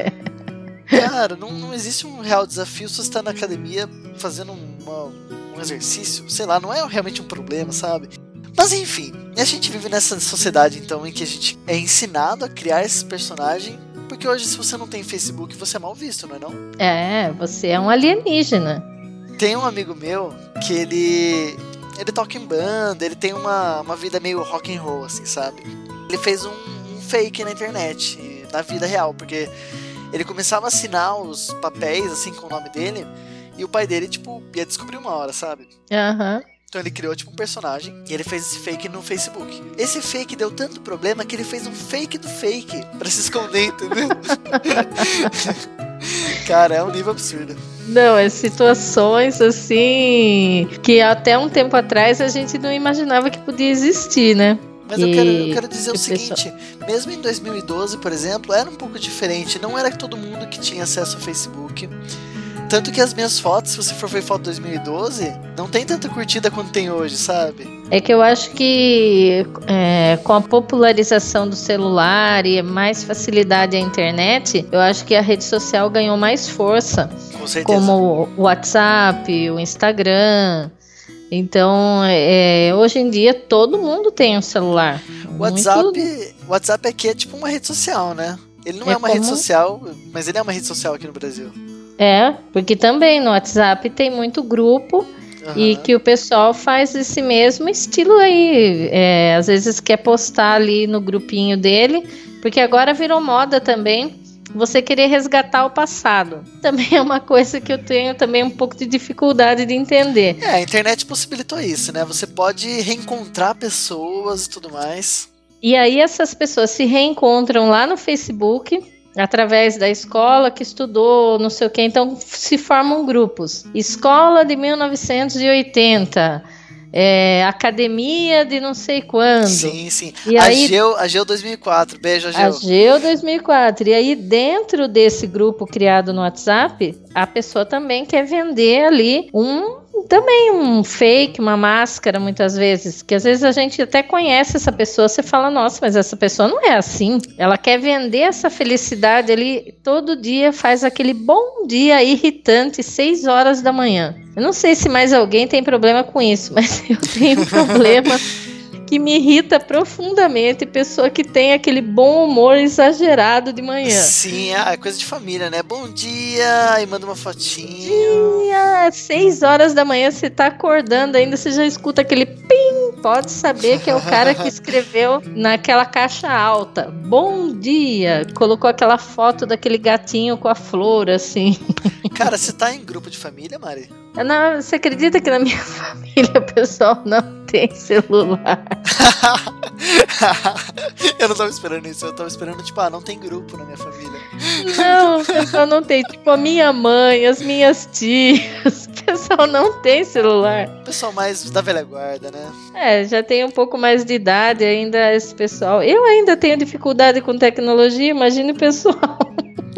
Cara, não, não existe um real desafio se você está na academia fazendo uma, um exercício, sei lá, não é realmente um problema, sabe? Mas enfim, a gente vive nessa sociedade então em que a gente é ensinado a criar esse personagem, porque hoje se você não tem Facebook você é mal visto, não é não? É, você é um alienígena. Tem um amigo meu que ele ele toca em banda, ele tem uma, uma vida meio rock and roll assim, sabe? Ele fez um, um fake na internet, na vida real, porque ele começava a assinar os papéis, assim, com o nome dele, e o pai dele, tipo, ia descobrir uma hora, sabe? Aham. Uhum. Então ele criou, tipo, um personagem, e ele fez esse fake no Facebook. Esse fake deu tanto problema que ele fez um fake do fake, pra se esconder, entendeu? Cara, é um nível absurdo. Não, é situações, assim, que até um tempo atrás a gente não imaginava que podia existir, né? Mas eu quero, eu quero dizer o seguinte, mesmo em dois mil e doze, por exemplo, era um pouco diferente. Não era todo mundo que tinha acesso ao Facebook. Tanto que as minhas fotos, se você for ver foto de dois mil e doze, não tem tanta curtida quanto tem hoje, sabe? É que eu acho que é, com a popularização do celular e mais facilidade à internet, eu acho que a rede social ganhou mais força. Com certeza. Como o WhatsApp, o Instagram. Então, é, hoje em dia, todo mundo tem um celular. O WhatsApp, Muito... WhatsApp aqui é tipo uma rede social, né? Ele não é, é uma como... rede social, mas ele é uma rede social aqui no Brasil. É, porque também no WhatsApp tem muito grupo, uhum. E que o pessoal faz esse mesmo estilo aí. É, às vezes quer postar ali no grupinho dele, porque agora virou moda também você querer resgatar o passado. Também é uma coisa que eu tenho também um pouco de dificuldade de entender. É, a internet possibilitou isso, né? Você pode reencontrar pessoas e tudo mais. E aí essas pessoas se reencontram lá no Facebook, através da escola que estudou, não sei o que. Então se formam grupos. Escola de mil novecentos e oitenta... É, academia de não sei quando. Sim, sim. E a, aí, Geo, a Geo dois mil e quatro. Beijo, a Geo. A Geo dois mil e quatro. E aí, dentro desse grupo criado no WhatsApp, a pessoa também quer vender ali um também um fake, uma máscara, muitas vezes, que às vezes a gente até conhece essa pessoa, você fala, nossa, mas essa pessoa não é assim. Ela quer vender essa felicidade ali, todo dia faz aquele bom dia irritante, seis horas da manhã. Eu não sei se mais alguém tem problema com isso, mas eu tenho problema que me irrita profundamente, pessoa que tem aquele bom humor exagerado de manhã. Sim, é coisa de família, né? Bom dia, e manda uma fotinho. Dia, seis horas da manhã, você tá acordando ainda, você já escuta aquele pim, pode saber que é o cara que escreveu naquela caixa alta, bom dia, colocou aquela foto daquele gatinho com a flor, assim. Cara, você tá em grupo de família, Mari? Não, você acredita que na minha família o pessoal não tem celular? Eu não tava esperando isso, eu tava esperando, tipo, ah, não tem grupo na minha família. Não, o pessoal não tem. Tipo, a minha mãe, as minhas tias, o pessoal não tem celular. O pessoal mais da velha guarda, né? É, já tem um pouco mais de idade ainda esse pessoal. Eu ainda tenho dificuldade com tecnologia, imagine o pessoal.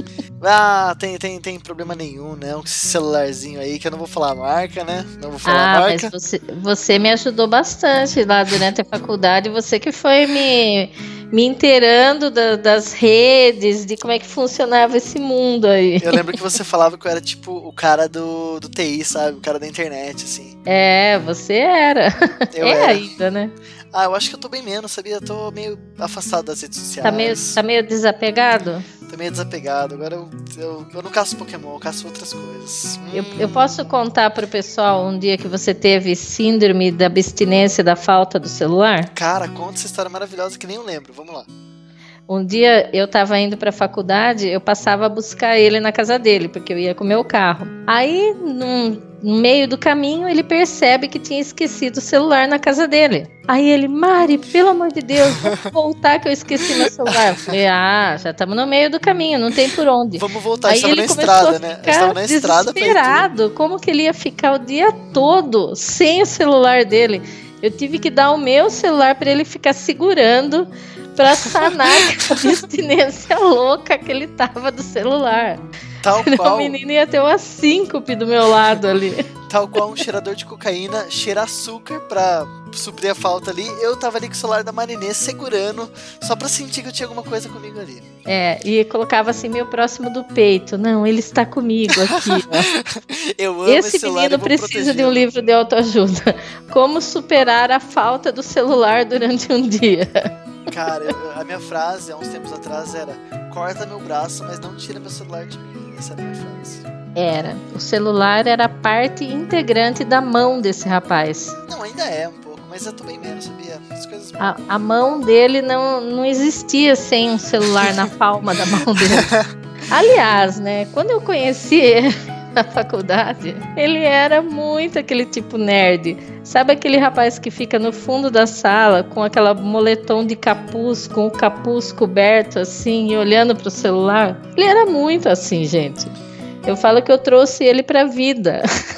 Ah, tem, tem, tem problema nenhum, né? Um celularzinho aí, que eu não vou falar a marca, né? Não vou falar Ah, a marca. mas você, você me ajudou bastante lá durante a faculdade. Você que foi me, me inteirando da, das redes, de como é que funcionava esse mundo aí. Eu lembro que você falava que eu era tipo o cara do, do T I, sabe? O cara da internet, assim. É, você era. Eu é era. ainda, né? Ah, eu acho que eu tô bem menos, sabia? Eu tô meio afastado das redes sociais. Tá meio, tá meio desapegado? Tô meio desapegado. Agora eu, eu, eu não caço Pokémon, eu caço outras coisas. Hum. Eu, eu posso contar pro pessoal um dia que você teve síndrome da abstinência da falta do celular? Cara, conta essa história maravilhosa que nem eu lembro. Vamos lá. Um dia eu tava indo pra faculdade, eu passava a buscar ele na casa dele, porque eu ia com o meu carro. Aí, num, no meio do caminho, ele percebe que tinha esquecido o celular na casa dele. Aí ele, Mari, pelo amor de Deus, vamos voltar que eu esqueci meu celular. Eu falei, ah, já estamos no meio do caminho, não tem por onde. Vamos voltar, aí estava ele na começou estrada, a né? ficar Estava na estrada desesperado, como que ele ia ficar o dia todo sem o celular dele. Eu tive que dar o meu celular para ele ficar segurando pra sanar a abstinência louca que ele tava do celular. Tal Senão qual, o menino ia ter uma síncope do meu lado ali. tal qual um cheirador de cocaína cheira açúcar pra suprir a falta ali. Eu tava ali com o celular da Marinês segurando, só pra sentir que eu tinha alguma coisa comigo ali. É, e colocava assim meio próximo do peito. Não, ele está comigo aqui. Ó. Eu amo esse esse celular, menino eu vou precisa de um protegê-lo. livro de autoajuda. Como superar a falta do celular durante um dia. Cara, eu- a minha frase há uns tempos atrás era: corta meu braço, mas não tira meu celular de mim. Essa era a minha frase. Era. O celular era parte integrante da mão desse rapaz. Não, ainda é um pouco, mas eu tô bem menos, sabia? As coisas. A, a mão dele não, não existia sem um celular na palma da mão dele. Aliás, né, quando eu conheci ele na faculdade, ele era muito aquele tipo nerd. Sabe aquele rapaz que fica no fundo da sala com aquela moletom de capuz, com o capuz coberto assim e olhando pro celular? Ele era muito assim, gente. Eu falo que eu trouxe ele pra vida.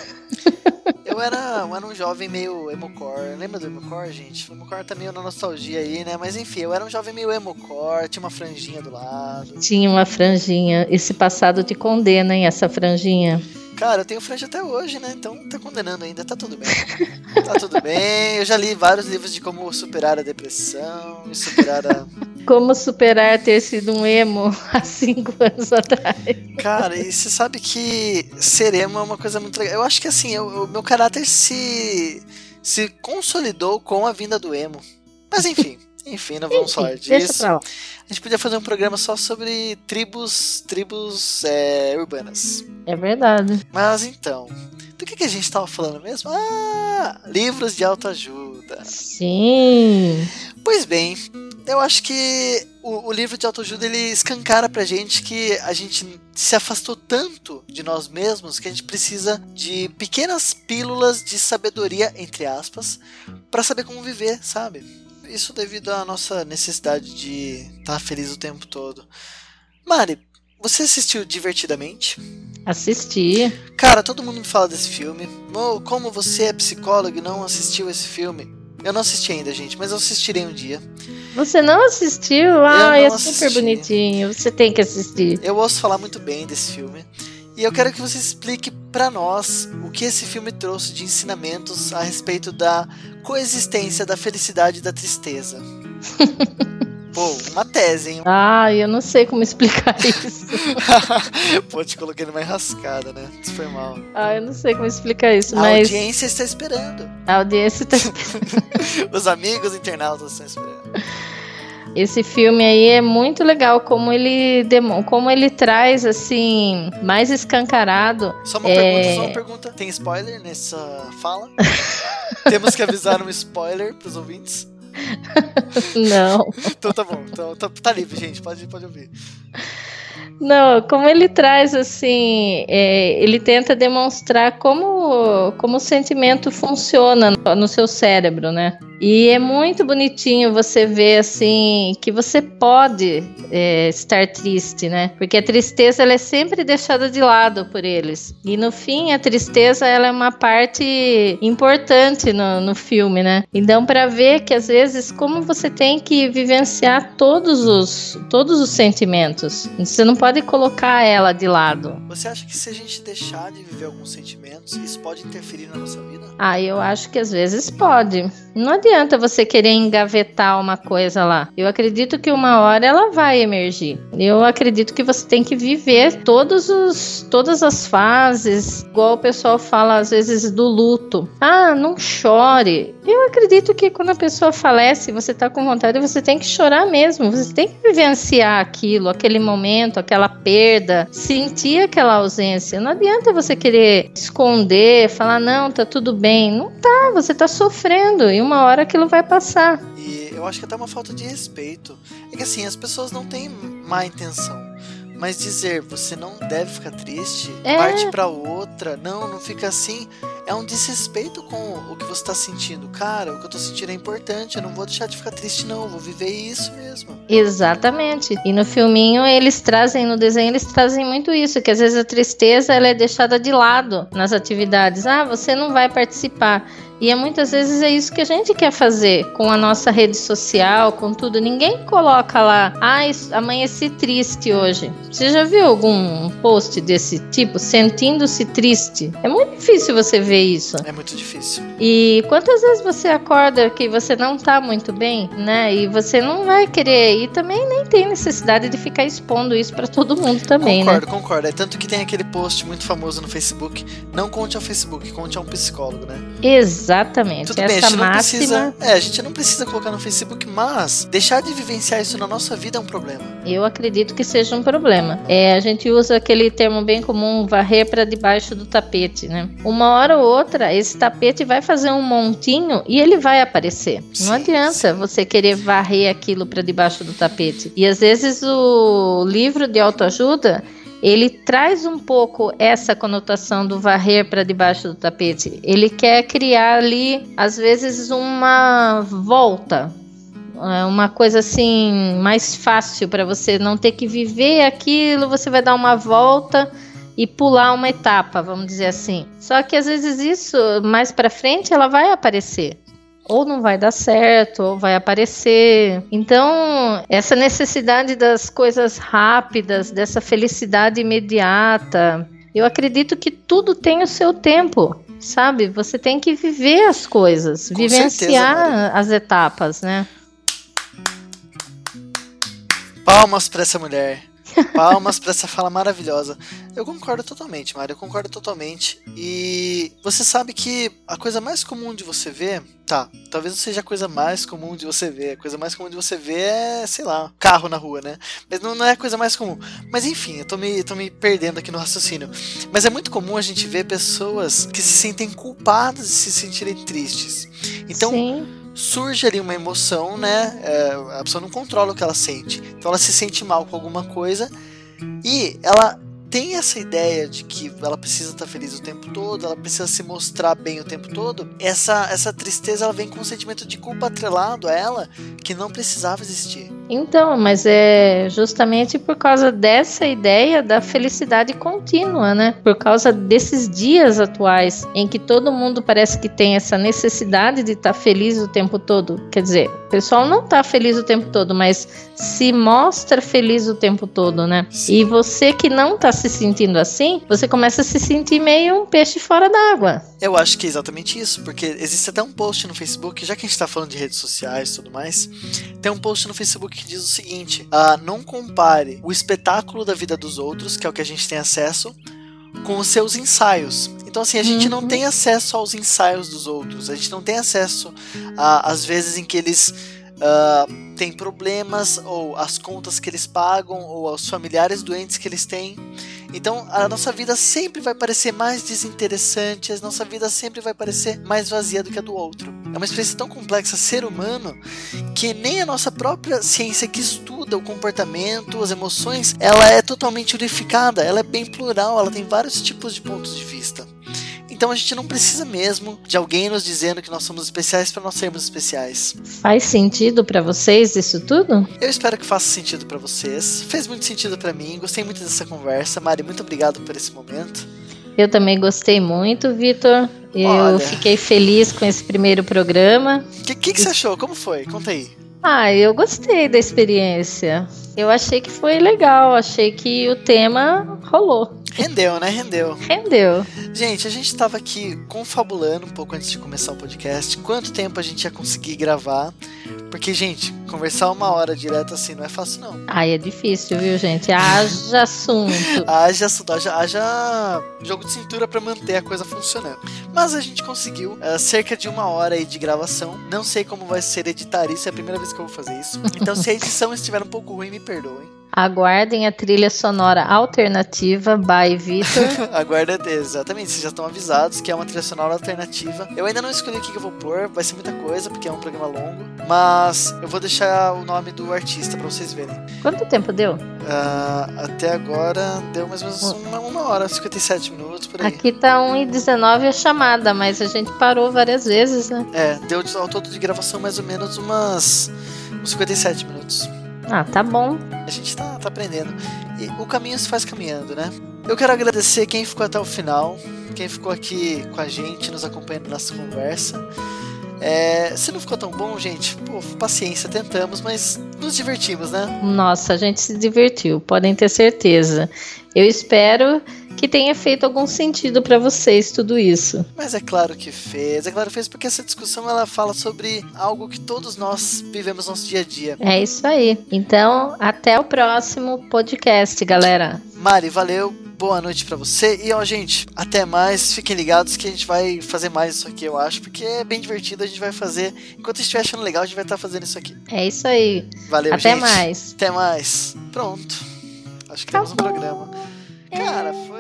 Eu era, eu era um jovem meio emocore. Lembra do emocore, gente? O emocore tá meio na nostalgia aí, né? Mas enfim, eu era um jovem meio emocore, tinha uma franjinha do lado. Tinha uma franjinha. Esse passado te condena, hein, essa franjinha. Cara, eu tenho franja até hoje, né? Então tá condenando ainda, tá tudo bem. Tá tudo bem. Eu já li vários livros de como superar a depressão e superar a... Como superar ter sido um emo há cinco anos atrás? Cara, e você sabe que ser emo é uma coisa muito legal. Eu acho que assim, o, o meu caráter se, se consolidou com a vinda do emo. Mas enfim, enfim, não vamos Enfim, falar deixa disso. pra lá. A gente podia fazer um programa só sobre tribos, tribos é, urbanas. É verdade. Mas então, do que, que a gente tava falando mesmo? Ah, livros de autoajuda. Sim. Pois bem, eu acho que o, o livro de autoajuda ele escancara pra gente que a gente se afastou tanto de nós mesmos que a gente precisa de pequenas pílulas de sabedoria, entre aspas, pra saber como viver, sabe? Isso devido à nossa necessidade de estar feliz o tempo todo. Mari, você assistiu Divertidamente? Assisti. Cara, todo mundo me fala desse filme. Oh, como você é psicólogo e não assistiu esse filme? Eu não assisti ainda, gente, mas eu assistirei um dia. Você não assistiu? Ah, não é super assisti. bonitinho. Você tem que assistir. Eu ouço falar muito bem desse filme. E eu quero que você explique pra nós o que esse filme trouxe de ensinamentos a respeito da coexistência da felicidade e da tristeza. Pô, uma tese, hein? Ah, eu não sei como explicar isso. Pô, te coloquei numa enrascada, né? Isso foi mal. Ah, eu não sei como explicar isso, A mas audiência está esperando. a audiência tá esperando. Os amigos internautas estão esperando. Esse filme aí é muito legal, como ele, demo- como ele traz, assim, mais escancarado. Só uma É. pergunta, só uma pergunta. Tem spoiler nessa fala? Temos que avisar um spoiler pros ouvintes? Não. Então tá bom, então tá, tá livre, gente, pode, pode ouvir. Não, como ele traz, assim, é, ele tenta demonstrar como, como o sentimento funciona no, no seu cérebro, né? E é muito bonitinho você ver, assim, que você pode é, estar triste, né? Porque a tristeza, ela é sempre deixada de lado por eles. E no fim, a tristeza, ela é uma parte importante no, no filme, né? Então, para ver que, às vezes, como você tem que vivenciar todos os, todos os sentimentos. Você não pode colocar ela de lado. Você acha que se a gente deixar de viver alguns sentimentos, isso pode interferir na nossa vida? Ah, eu acho que às vezes pode. Não adianta você querer engavetar uma coisa lá. Eu acredito que uma hora ela vai emergir. Eu acredito que você tem que viver todos os, todas as fases, igual o pessoal fala às vezes do luto. Ah, não chore. Eu acredito que quando a pessoa falece, você tá com vontade, você tem que chorar mesmo. Você tem que vivenciar aquilo, aquele momento, aquela perda, sentir aquela ausência. Não adianta você querer esconder, falar, não, tá tudo bem. Não tá, você tá sofrendo e uma hora aquilo vai passar. E eu acho que é até uma falta de respeito. É que assim, as pessoas não têm má intenção. Mas dizer, você não deve ficar triste, é. parte pra outra, não, não fica assim, é um desrespeito com o que você tá sentindo. Cara, o que eu tô sentindo é importante, eu não vou deixar de ficar triste não, eu vou viver isso mesmo. Exatamente. E no filminho eles trazem, no desenho eles trazem muito isso, que às vezes a tristeza ela é deixada de lado nas atividades. Ah, você não vai participar. E é, muitas vezes é isso que a gente quer fazer com a nossa rede social, com tudo. Ninguém coloca lá, ah, amanheci triste hoje. Você já viu algum post desse tipo, sentindo-se triste? É muito difícil você ver isso. É muito difícil. E quantas vezes você acorda que você não tá muito bem, né? E você não vai querer, e também nem tem necessidade de ficar expondo isso pra todo mundo também, concordo, né? Concordo, concordo. É tanto que tem aquele post muito famoso no Facebook, não conte ao Facebook, conte a um psicólogo, né? Exatamente. Tudo bem, essa a gente não máxima... precisa, é, a gente não precisa colocar no Facebook, mas deixar de vivenciar isso na nossa vida é um problema. Eu acredito que seja um problema. É, a gente usa aquele termo bem comum, varrer para debaixo do tapete, né? Uma hora ou outra, esse tapete vai fazer um montinho e ele vai aparecer. Sim, não adianta sim. você querer varrer aquilo para debaixo do tapete. E às vezes o livro de autoajuda, ele traz um pouco essa conotação do varrer para debaixo do tapete. Ele quer criar ali, às vezes, uma volta, uma coisa assim mais fácil para você não ter que viver aquilo. Você vai dar uma volta e pular uma etapa, vamos dizer assim. Só que às vezes isso, mais para frente, ela vai aparecer. Ou não vai dar certo, ou vai aparecer. Então, essa necessidade das coisas rápidas, dessa felicidade imediata, eu acredito que tudo tem o seu tempo, sabe? Você tem que viver as coisas, Com vivenciar certeza, as etapas, né? Palmas pra essa mulher. Palmas pra essa fala maravilhosa. Eu concordo totalmente, Mário, eu concordo totalmente. E você sabe que a coisa mais comum de você ver, tá, talvez não seja a coisa mais comum de você ver, a coisa mais comum de você ver é, sei lá, carro na rua, né? Mas não, não é a coisa mais comum. Mas enfim, eu tô me, tô me perdendo aqui no raciocínio. Mas é muito comum a gente ver pessoas que se sentem culpadas de se sentirem tristes. Então, Sim. surge ali uma emoção, né? É, a pessoa não controla o que ela sente. Então ela se sente mal com alguma coisa e ela tem essa ideia de que ela precisa estar feliz o tempo todo, ela precisa se mostrar bem o tempo todo. Essa, essa tristeza, ela vem com um sentimento de culpa atrelado a ela que não precisava existir. Então, mas é justamente por causa dessa ideia da felicidade contínua, né? Por causa desses dias atuais em que todo mundo parece que tem essa necessidade de estar feliz o tempo todo. Quer dizer, o pessoal não está feliz o tempo todo, mas se mostra feliz o tempo todo, né? Sim. E você que não está se sentindo assim, você começa a se sentir meio um peixe fora d'água. Eu acho que é exatamente isso, porque existe até um post no Facebook, já que a gente tá falando de redes sociais e tudo mais, tem um post no Facebook que diz o seguinte: ah, não compare o espetáculo da vida dos outros, que é o que a gente tem acesso, com os seus ensaios. Então assim, a gente uhum. não tem acesso aos ensaios dos outros, a gente não tem acesso a, às vezes em que eles uh, têm problemas, ou as contas que eles pagam, ou aos familiares doentes que eles têm. Então a nossa vida sempre vai parecer mais desinteressante, a nossa vida sempre vai parecer mais vazia do que a do outro. É uma experiência tão complexa, ser humano, que nem a nossa própria ciência que estuda o comportamento, as emoções, ela é totalmente unificada, ela é bem plural, ela tem vários tipos de pontos de vista. Então a gente não precisa mesmo de alguém nos dizendo que nós somos especiais para nós sermos especiais. Faz sentido pra vocês isso tudo? Eu espero que faça sentido para vocês. Fez muito sentido para mim. Gostei muito dessa conversa. Mari, muito obrigado por esse momento. Eu também gostei muito, Vitor. Eu Olha. fiquei feliz com esse primeiro programa. O que, que, que você achou? Como foi? Conta aí. Ah, eu gostei da experiência. Eu achei que foi legal, achei que o tema rolou. Rendeu, né? Rendeu. Rendeu. Gente, a gente tava aqui confabulando um pouco antes de começar o podcast. Quanto tempo a gente ia conseguir gravar? Porque, gente, conversar uma hora direto assim não é fácil, não. Ai, é difícil, viu, gente? Haja assunto. Haja assunto, haja, haja jogo de cintura pra manter a coisa funcionando. Mas a gente conseguiu uh, cerca de uma hora aí de gravação. Não sei como vai ser editar isso, é a primeira vez que eu vou fazer isso. Então, se a edição estiver um pouco ruim, me perdoem. Aguardem a trilha sonora alternativa by Vitor. Aguarda, exatamente, vocês já estão avisados que é uma trilha sonora alternativa. Eu ainda não escolhi o que eu vou pôr, vai ser muita coisa, porque é um programa longo. Mas eu vou deixar o nome do artista pra vocês verem. Quanto tempo deu? Uh, até agora deu mais ou menos uma, uma hora, cinquenta e sete minutos por aí. Aqui tá um e dezenove a chamada, mas a gente parou várias vezes, né? É, deu ao todo de gravação mais ou menos umas uns cinquenta e sete minutos. Ah, tá bom. A gente tá, tá aprendendo. E o caminho se faz caminhando, né? Eu quero agradecer quem ficou até o final, quem ficou aqui com a gente, nos acompanhando nessa conversa. É, se não ficou tão bom, gente, pô, paciência, tentamos, mas nos divertimos, né? Nossa, a gente se divertiu, podem ter certeza. Eu espero que tenha feito algum sentido para vocês tudo isso. Mas é claro que fez, é claro que fez, porque essa discussão ela fala sobre algo que todos nós vivemos no nosso dia a dia. É isso aí. Então, até o próximo podcast, galera. Mari, valeu, boa noite pra você. E ó, gente, até mais, fiquem ligados que a gente vai fazer mais isso aqui, eu acho, porque é bem divertido, a gente vai fazer. Enquanto estiver achando legal, a gente vai estar fazendo isso aqui. É isso aí. Valeu, até gente. mais. Até mais. Pronto. Acho que Tá temos um bom. programa. Cara, foi